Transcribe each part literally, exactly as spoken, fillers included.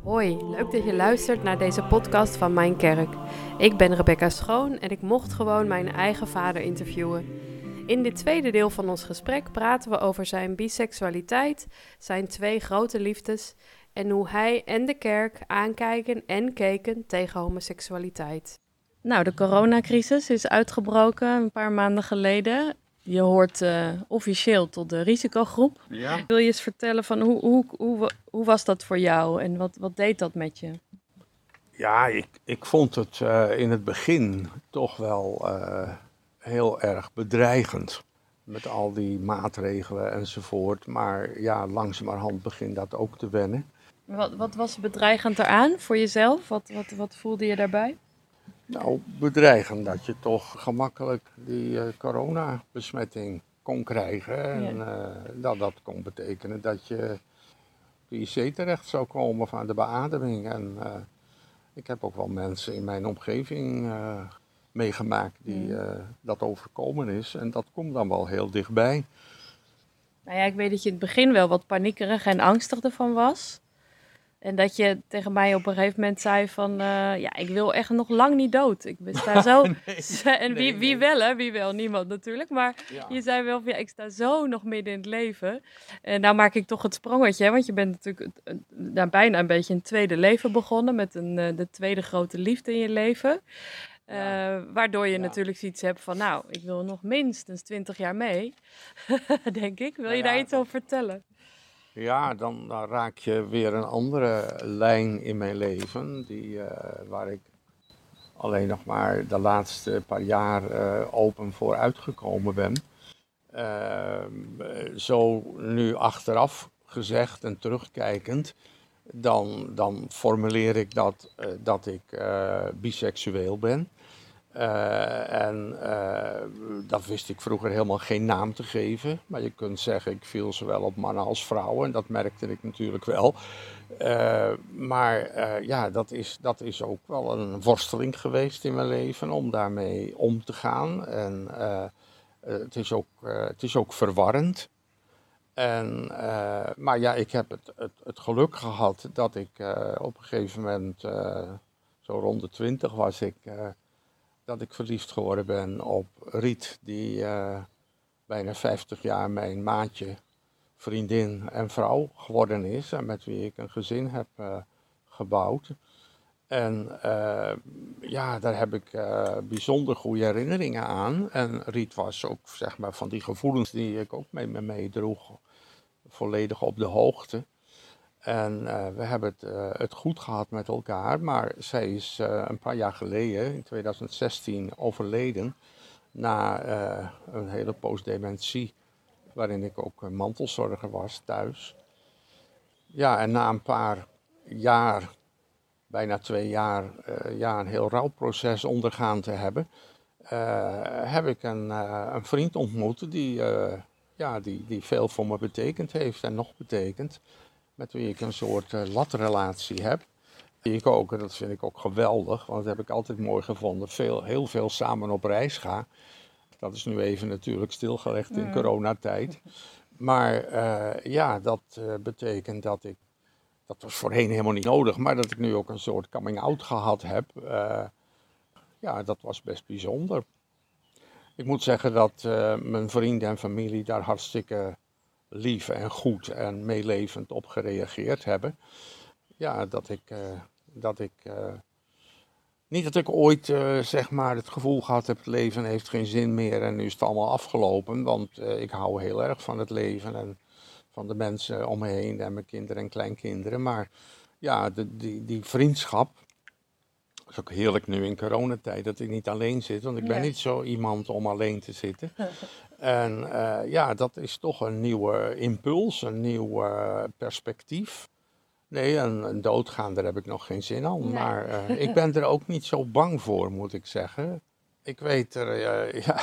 Hoi, leuk dat je luistert naar deze podcast van Mijn Kerk. Ik ben Rebecca Schoon en ik mocht gewoon mijn eigen vader interviewen. In dit tweede deel van ons gesprek praten we over zijn biseksualiteit, zijn twee grote liefdes en hoe hij en de kerk aankijken en keken tegen homoseksualiteit. Nou, de coronacrisis is uitgebroken een paar maanden geleden. Je hoort uh, officieel tot de risicogroep. Ja. Wil je eens vertellen van hoe, hoe, hoe, hoe was dat voor jou en wat, wat deed dat met je? Ja, ik, ik vond het uh, in het begin toch wel uh, heel erg bedreigend. Met al die maatregelen enzovoort. Maar ja, langzamerhand begint dat ook te wennen. Wat, wat was bedreigend eraan voor jezelf? Wat, wat, wat voelde je daarbij? Nou, bedreigend dat je toch gemakkelijk die uh, coronabesmetting kon krijgen. En uh, dat dat kon betekenen dat je op de I C terecht zou komen van de beademing. En uh, ik heb ook wel mensen in mijn omgeving uh, meegemaakt die uh, dat overkomen is. En dat komt dan wel heel dichtbij. Nou ja, ik weet dat je in het begin wel wat paniekerig en angstig ervan was. En dat je tegen mij op een gegeven moment zei van, uh, ja, ik wil echt nog lang niet dood. Ik sta zo... nee, en wie, wie wel, hè? Wie wel? Niemand natuurlijk. Maar ja. Je zei wel van, ja, ik sta zo nog midden in het leven. En nou maak ik toch het sprongetje, hè? Want je bent natuurlijk uh, bijna een beetje een tweede leven begonnen. Met een, uh, de tweede grote liefde in je leven. Uh, ja. Waardoor je ja. natuurlijk zoiets hebt van, nou, ik wil nog minstens twintig jaar mee. Denk ik. Wil je nou ja, daar iets over vertellen? Ja, dan, dan raak je weer een andere lijn in mijn leven, die, uh, waar ik alleen nog maar de laatste paar jaar uh, open voor uitgekomen ben. Uh, zo nu achteraf gezegd en terugkijkend, dan, dan formuleer ik dat, uh, dat ik uh, biseksueel ben. Uh, en uh, dat wist ik vroeger helemaal geen naam te geven. Maar je kunt zeggen, ik viel zowel op mannen als vrouwen. En dat merkte ik natuurlijk wel. Uh, maar uh, ja, dat is, dat is ook wel een worsteling geweest in mijn leven om daarmee om te gaan. En uh, uh, het, is ook, uh, het is ook verwarrend. En, uh, maar ja, ik heb het, het, het geluk gehad dat ik uh, op een gegeven moment, uh, zo rond de twintig was ik... Uh, dat ik verliefd geworden ben op Riet, die uh, bijna vijftig jaar mijn maatje, vriendin en vrouw geworden is. En met wie ik een gezin heb uh, gebouwd. En uh, ja, daar heb ik uh, bijzonder goede herinneringen aan. En Riet was ook, zeg maar, van die gevoelens die ik ook met me meedroeg, volledig op de hoogte. En uh, we hebben het, uh, het goed gehad met elkaar, maar zij is uh, een paar jaar geleden, in twintig zestien, overleden na uh, een hele poos dementie, waarin ik ook mantelzorger was thuis. Ja, en na een paar jaar, bijna twee jaar, uh, ja, een heel rouwproces ondergaan te hebben, uh, heb ik een, uh, een vriend ontmoet die, uh, ja, die, die veel voor me betekend heeft en nog betekent. Met wie ik een soort uh, latrelatie heb. Die ik ook, en dat vind ik ook geweldig, want dat heb ik altijd mooi gevonden, veel, heel veel samen op reis ga. Dat is nu even natuurlijk stilgelegd in mm. coronatijd. Maar uh, ja, dat uh, betekent dat ik, dat was voorheen helemaal niet nodig, maar dat ik nu ook een soort coming-out gehad heb. Uh, ja, dat was best bijzonder. Ik moet zeggen dat uh, mijn vrienden en familie daar hartstikke lief en goed en meelevend op gereageerd hebben. Ja, dat ik, uh, dat ik uh, niet dat ik ooit uh, zeg maar het gevoel gehad heb, het leven heeft geen zin meer en nu is het allemaal afgelopen. Want uh, ik hou heel erg van het leven en van de mensen om me heen en mijn kinderen en kleinkinderen. Maar ja, de, die, die vriendschap, dat is ook heerlijk nu in coronatijd dat ik niet alleen zit, want ik ben ja. niet zo iemand om alleen te zitten. En uh, ja, dat is toch een nieuwe impuls, een nieuw uh, perspectief. Nee, een, een doodgaan, daar heb ik nog geen zin aan. Nee. Maar uh, ik ben er ook niet zo bang voor, moet ik zeggen. Ik weet er, uh, ja,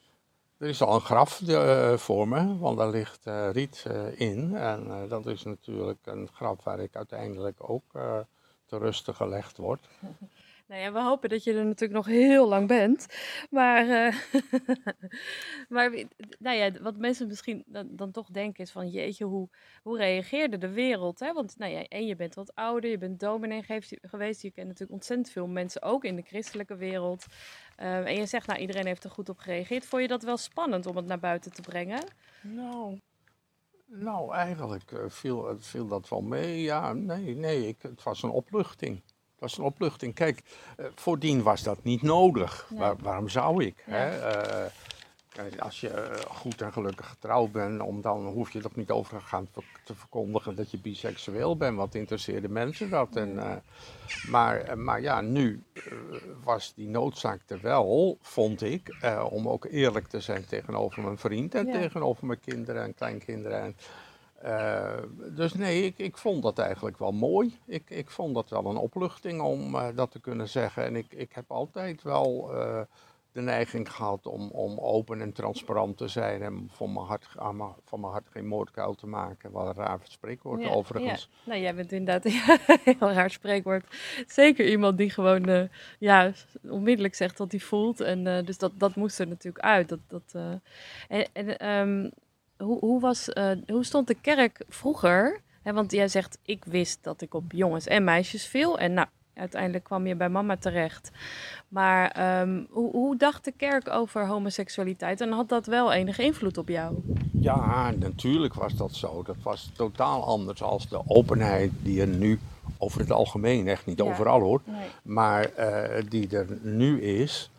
er is al een graf uh, voor me, want daar ligt uh, Riet uh, in. En uh, dat is natuurlijk een graf waar ik uiteindelijk ook uh, te rusten gelegd word. Nou ja, we hopen dat je er natuurlijk nog heel lang bent. Maar, eh, maar wie- nou ja, wat mensen misschien dan, dan toch denken is van... Jeetje, hoe, hoe reageerde de wereld? Hè? Want nou ja, en je bent wat ouder, je bent dominee geweest. geweest, Je kent natuurlijk ontzettend veel mensen, ook in de christelijke wereld. Eh, en je zegt, nou, iedereen heeft er goed op gereageerd. Vond je dat wel spannend om het naar buiten te brengen? Nou, nou eigenlijk eh, viel, viel dat wel mee. Ja, nee, nee, ik, het was een opluchting. Het was een opluchting. Kijk, eh, voordien was dat niet nodig. Nee. Waar, waarom zou ik? Ja. Hè? Eh, kijk, als je eh, goed en gelukkig getrouwd bent, om dan hoef je toch niet overgaan te, te verkondigen dat je biseksueel bent. Wat interesseerde mensen dat? En, eh, maar, eh, maar ja, nu eh, was die noodzaak er wel, vond ik, eh, om ook eerlijk te zijn tegenover mijn vriend en Ja. tegenover mijn kinderen en kleinkinderen. En, eh, dus nee, ik, ik vond dat eigenlijk wel mooi. Ik, ik vond dat wel een opluchting om eh, dat te kunnen zeggen. En ik, ik heb altijd wel eh, de neiging gehad om, om open en transparant te zijn en van mijn hart, aan mijn- van mijn hart geen moordkuil te maken. Wat een raar spreekwoord Ja, overigens. ja. Nou, jij bent inderdaad een heel raar spreekwoord. Zeker iemand die gewoon eh, ja, onmiddellijk zegt wat hij voelt. En eh, dus dat, dat moest er natuurlijk uit. Dat, dat, eh, en en ehm, hoe, hoe, was, eh, hoe stond de kerk vroeger? Hè, want jij zegt, ik wist dat ik op jongens en meisjes viel. En nou, uiteindelijk kwam je bij mama terecht. Maar ehm, hoe, hoe dacht de kerk over homoseksualiteit? En had dat wel enige invloed op jou? Ja, natuurlijk was dat zo. Dat was totaal anders als de openheid die er nu, over het algemeen, echt niet Ja. overal hoor, Nee. maar eh, die er nu is.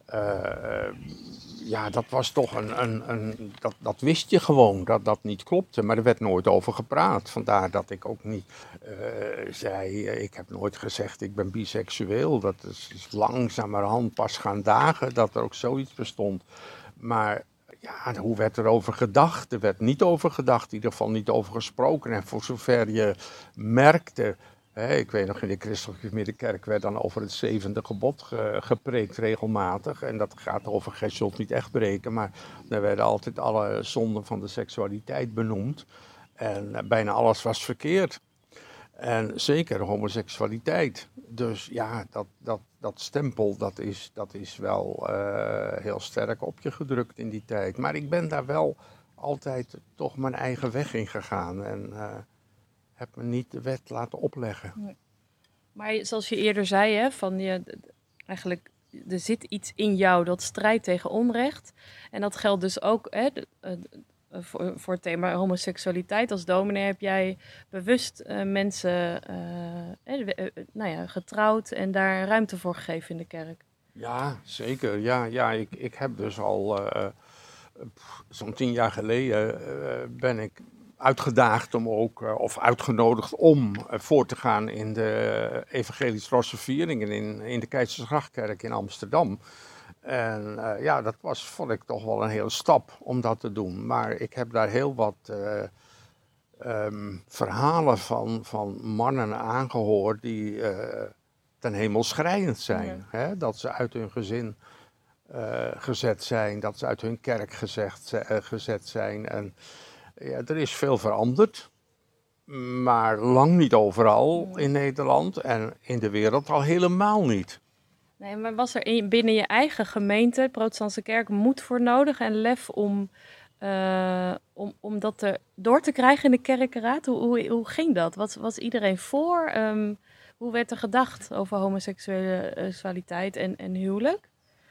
eh, ja, dat was toch een, een, een dat, dat wist je gewoon, dat dat niet klopte, maar er werd nooit over gepraat. Vandaar dat ik ook niet eh, zei, eh, ik heb nooit gezegd ik ben biseksueel. Dat is, is langzamerhand pas gaan dagen dat er ook zoiets bestond. Maar ja, hoe werd er over gedacht? Er werd niet over gedacht, in ieder geval niet over gesproken. En voor zover je merkte, hè, ik weet nog in de christelijke middenkerk werd dan over het zevende gebod ge, gepreekt regelmatig. En dat gaat over, gij zult niet echt breken, maar er werden altijd alle zonden van de seksualiteit benoemd. En eh, bijna alles was verkeerd. En zeker homoseksualiteit. Dus ja, dat, dat, dat stempel dat is, dat is wel eh, heel sterk op je gedrukt in die tijd. Maar ik ben daar wel altijd toch mijn eigen weg in gegaan. En eh, heb me niet de wet laten opleggen. Maar zoals je eerder zei, hè, van je, eigenlijk, er zit iets in jou dat strijdt tegen onrecht. En dat geldt dus ook hè, de- eh, eh, voor, voor het thema homoseksualiteit. Als dominee heb jij bewust eh, mensen eh, hè, de- eh, eh, nou ja, getrouwd en daar ruimte voor gegeven in de kerk. Ja, zeker. Ja, ja ik, ik heb dus al eh, pff, zo'n tien jaar geleden eh, ben ik uitgedaagd om ook, eh, of uitgenodigd om eh, voor te gaan in de evangelische vieringen in, in de Keizersgrachtkerk in Amsterdam. En eh, ja, dat was, vond ik toch wel een hele stap om dat te doen. Maar ik heb daar heel wat eh, ehm, verhalen van, van mannen aangehoord die eh, ten hemel schreiend zijn. Hè? Dat ze uit hun gezin eh, gezet zijn, dat ze uit hun kerk gezegd, eh, gezet zijn. En ja, er is veel veranderd, maar lang niet overal in Nederland en in de wereld al helemaal niet. Nee, maar was er in, binnen je eigen gemeente, de Protestantse kerk, moed voor nodig en lef om, eh, om, om dat er door te krijgen in de kerkenraad? Hoe, hoe, hoe ging dat? Was, was iedereen voor? Ehm, hoe werd er gedacht over homoseksuele eh, seksualiteit en, en huwelijk?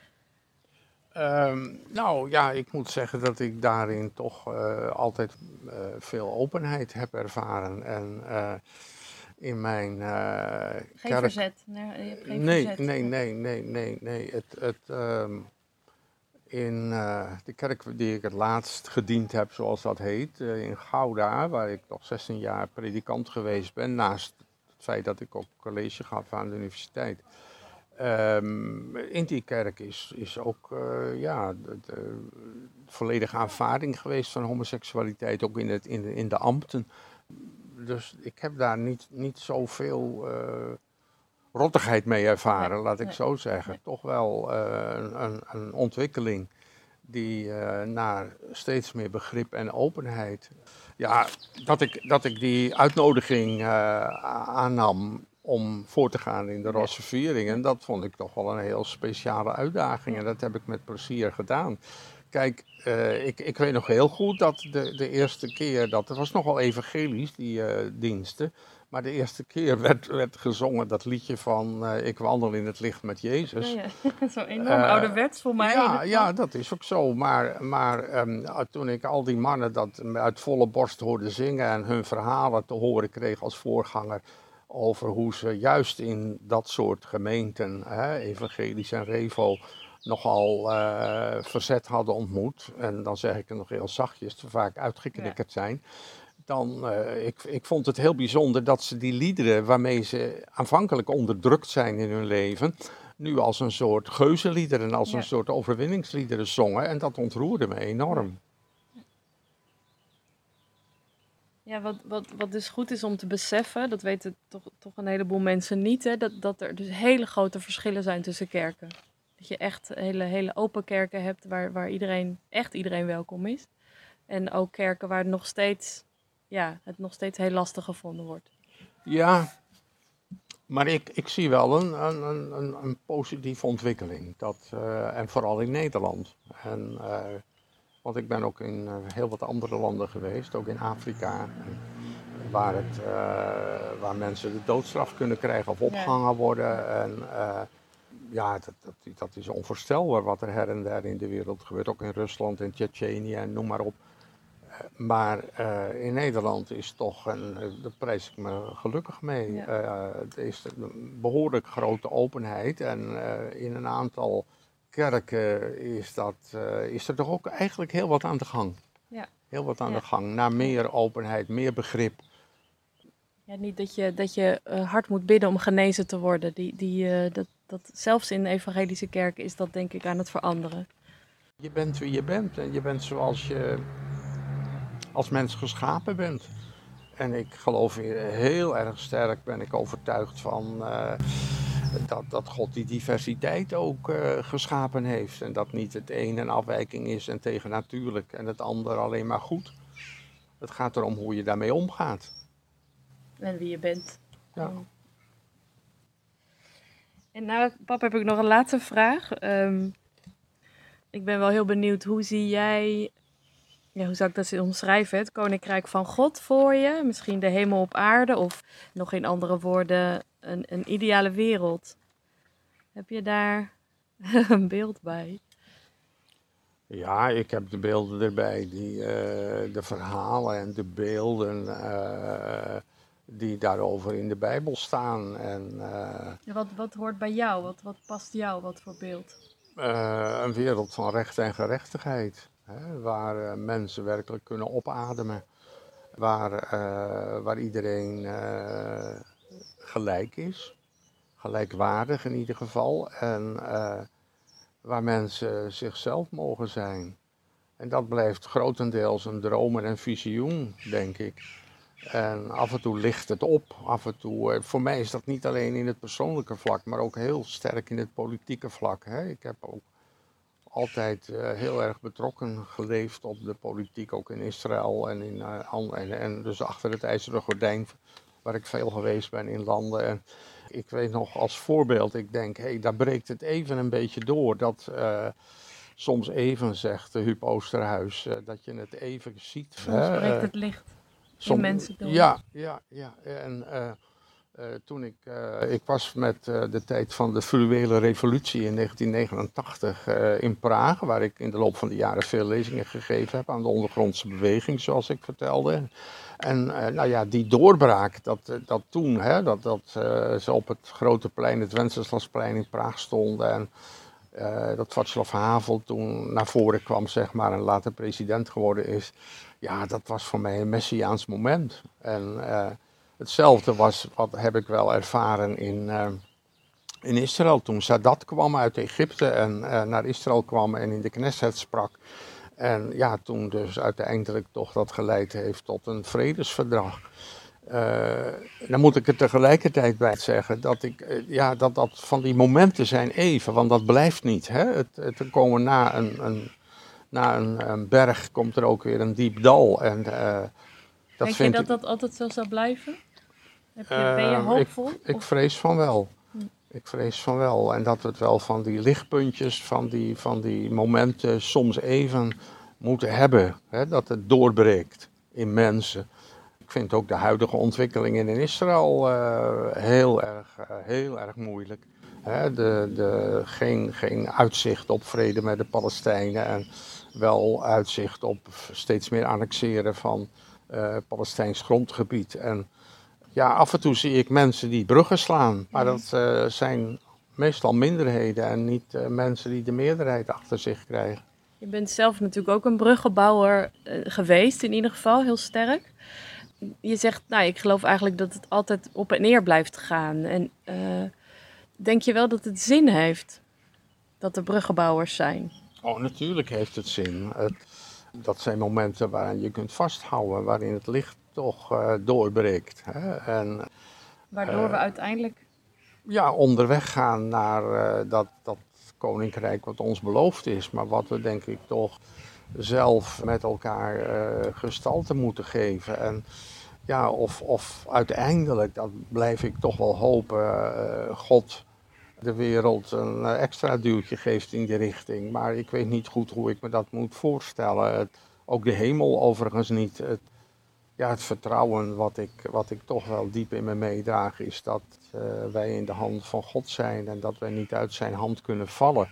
Ehm, nou ja, ik moet zeggen dat ik daarin toch eh, altijd eh, veel openheid heb ervaren. En eh, in mijn eh, Geen kerk. verzet. Nee, je hebt geen Nee, verzet. nee, nee, nee, nee, nee. Het, het, ehm, in eh, de kerk die ik het laatst gediend heb, zoals dat heet, eh, in Gouda, waar ik nog zestien jaar predikant geweest ben, naast het feit dat ik ook college gaf aan de universiteit. Ehm, in die kerk is, is ook eh, ja, de, de volledige aanvaarding geweest van homoseksualiteit, ook in, het, in, de, in de ambten. Dus ik heb daar niet, niet zoveel uh, rottigheid mee ervaren, Nee, laat ik nee, zo zeggen. nee. Toch wel uh, een, een ontwikkeling die uh, naar steeds meer begrip en openheid. Ja, dat ik, dat ik die uitnodiging uh, aannam, om voor te gaan in de Ja. rosse viering. En dat vond ik toch wel een heel speciale uitdaging. Ja. En dat heb ik met plezier gedaan. Kijk, uh, ik, ik weet nog heel goed dat de, de eerste keer, dat het was nogal evangelisch, die uh, diensten. Maar de eerste keer werd, werd gezongen dat liedje van uh, Ik wandel in het licht met Jezus. Ja, ja. Zo enorm uh, ouderwets voor mij. Ja, ja, dat is ook zo. Maar, maar um, toen ik al die mannen dat uit volle borst hoorde zingen en hun verhalen te horen kreeg als voorganger over hoe ze juist in dat soort gemeenten, hè, evangelisch en revo, nogal uh, verzet hadden ontmoet. En dan zeg ik het nog heel zachtjes, te vaak uitgeknikkerd ja. zijn. Dan, uh, ik, ik vond het heel bijzonder dat ze die liederen waarmee ze aanvankelijk onderdrukt zijn in hun leven, nu als een soort geuzenliederen, als ja. een soort overwinningsliederen zongen. En dat ontroerde me enorm. Ja, wat, wat, wat dus goed is om te beseffen, dat weten toch, toch een heleboel mensen niet, hè, dat, dat er dus hele grote verschillen zijn tussen kerken. Dat je echt hele, hele open kerken hebt waar, waar iedereen, echt iedereen welkom is. En ook kerken waar het nog steeds, ja, het nog steeds heel lastig gevonden wordt. Ja, maar ik, ik zie wel een, een, een, een positieve ontwikkeling. Dat, uh, en vooral in Nederland. En, uh, want ik ben ook in uh, heel wat andere landen geweest, ook in Afrika. En waar, het, uh, waar mensen de doodstraf kunnen krijgen of opgehangen ja. worden. En, uh, ja, dat, dat, dat is onvoorstelbaar wat er her en der in de wereld gebeurt. Ook in Rusland, in Tsjetsjenië en noem maar op. Maar uh, in Nederland is toch, en daar prijs ik me gelukkig mee, ja. uh, er is een behoorlijk grote openheid. En uh, in een aantal kerken is, dat, uh, is er toch ook eigenlijk heel wat aan de gang. Ja. Heel wat aan ja. de gang, naar meer openheid, meer begrip. Ja, niet dat je, dat je uh, hard moet bidden om genezen te worden. Die, die, uh, dat, dat, zelfs in evangelische kerken is dat denk ik aan het veranderen. Je bent wie je bent en je bent zoals je als mens geschapen bent. En ik geloof heel erg sterk, ben ik overtuigd van uh, dat, dat God die diversiteit ook uh, geschapen heeft. En dat niet het een een afwijking is en tegennatuurlijk en het ander alleen maar goed. Het gaat erom hoe je daarmee omgaat. En wie je bent. Ja. En nou, pap, heb ik nog een laatste vraag. Um, ik ben wel heel benieuwd, hoe zie jij, ja, hoe zou ik dat omschrijven, het Koninkrijk van God voor je? Misschien de hemel op aarde of nog in andere woorden, een, een ideale wereld. Heb je daar een beeld bij? Ja, ik heb de beelden erbij, die, uh, de verhalen en de beelden uh, die daarover in de Bijbel staan. En, uh, ja, wat, wat hoort bij jou? Wat, wat past jou? Wat voor beeld? Uh, een wereld van recht en gerechtigheid, hè, waar uh, mensen werkelijk kunnen opademen. Waar, uh, waar iedereen uh, gelijk is, gelijkwaardig in ieder geval. En uh, waar mensen zichzelf mogen zijn. En dat blijft grotendeels een droom en een visioen, denk ik. En af en toe ligt het op. Af en toe, voor mij is dat niet alleen in het persoonlijke vlak, maar ook heel sterk in het politieke vlak. Hè. Ik heb ook altijd uh, heel erg betrokken geleefd op de politiek, ook in Israël en, in, uh, en, en dus achter het IJzeren Gordijn, waar ik veel geweest ben in landen. En ik weet nog als voorbeeld, ik denk, hé, hey, daar breekt het even een beetje door. Dat uh, soms even, zegt uh, Huub Oosterhuis, uh, dat je het even ziet. Soms hè, breekt het licht in som, mensen door. Ja, ja, ja. En uh, uh, toen ik, uh, ik was met uh, de tijd van de fluwele revolutie in negentien negenentachtig uh, in Praag, waar ik in de loop van de jaren veel lezingen gegeven heb aan de ondergrondse beweging, zoals ik vertelde. En uh, nou ja, die doorbraak, dat, dat toen, hè, dat, dat uh, ze op het grote plein, het Wenceslasplein in Praag stonden en uh, dat Václav Havel toen naar voren kwam, zeg maar, en later president geworden is. Ja, dat was voor mij een messiaans moment. En uh, hetzelfde was, wat heb ik wel ervaren in, uh, in Israël, toen Sadat kwam uit Egypte en uh, naar Israël kwam en in de Knesset sprak. En ja, toen dus uiteindelijk toch dat geleid heeft tot een vredesverdrag. Uh, dan moet ik er tegelijkertijd bij zeggen dat ik, uh, ja, dat, dat van die momenten zijn even, want dat blijft niet. Hè? Het, het, er komen na een, een, na een, een berg komt er ook weer een diep dal. En, uh, dat Denk vind je dat ik... dat altijd zo zou blijven? Heb je, ben je Uh, hoopvol? ik, ik of? vrees van wel. Hm. Ik vrees van wel. En dat het wel van die lichtpuntjes, van die, van die momenten soms even moeten hebben. Hè? Dat het doorbreekt in mensen. Ik vind ook de huidige ontwikkelingen in Israël uh, heel, erg, uh, heel erg moeilijk. Hè? De, de, geen, geen uitzicht op vrede met de Palestijnen. En wel uitzicht op steeds meer annexeren van uh, Palestijns grondgebied. En ja, af en toe zie ik mensen die bruggen slaan. Maar dat uh, zijn meestal minderheden en niet uh, mensen die de meerderheid achter zich krijgen. Je bent zelf natuurlijk ook een bruggenbouwer uh, geweest, in ieder geval, heel sterk. Je zegt, nou, ik geloof eigenlijk dat het altijd op en neer blijft gaan. En uh, denk je wel dat het zin heeft dat er bruggenbouwers zijn? Oh, natuurlijk heeft het zin. Het, dat zijn momenten waarin je kunt vasthouden, waarin het licht toch uh, doorbreekt. Hè? En, Waardoor uh, we uiteindelijk... Ja, onderweg gaan naar uh, dat, dat koninkrijk wat ons beloofd is. Maar wat we denk ik toch zelf met elkaar uh, gestalte moeten geven. En ja, of, of uiteindelijk, dat blijf ik toch wel hopen, uh, God de wereld een uh, extra duwtje geeft in die richting. Maar ik weet niet goed hoe ik me dat moet voorstellen. Het, ook de hemel overigens niet. Het, ja, het vertrouwen wat ik, wat ik toch wel diep in me meedraag is dat uh, wij in de hand van God zijn en dat wij niet uit zijn hand kunnen vallen.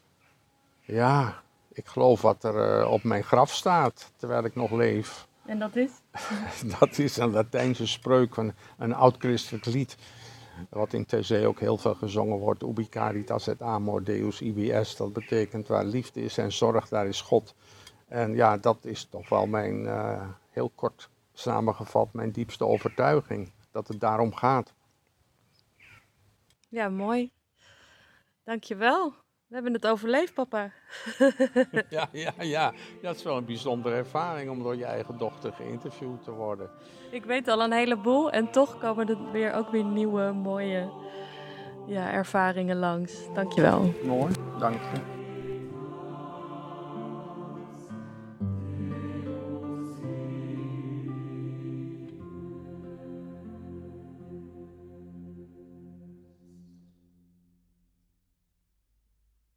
Ja, ik geloof wat er uh, op mijn graf staat terwijl ik nog leef. En dat is? Dat is een Latijnse spreuk van een oud-christelijk lied. Wat in Thesee ook heel veel gezongen wordt. Ubi caritas et amor Deus ibi est. Dat betekent waar liefde is en zorg, daar is God. En ja, dat is toch wel mijn, uh, heel kort samengevat, mijn diepste overtuiging. Dat het daarom gaat. Ja, mooi. Dankjewel. We hebben het overleefd, papa. ja, ja, ja. Dat is wel een bijzondere ervaring om door je eigen dochter geïnterviewd te worden. Ik weet al een heleboel en toch komen er weer ook weer nieuwe, mooie ja, ervaringen langs. Dankjewel. Mooi, dank je.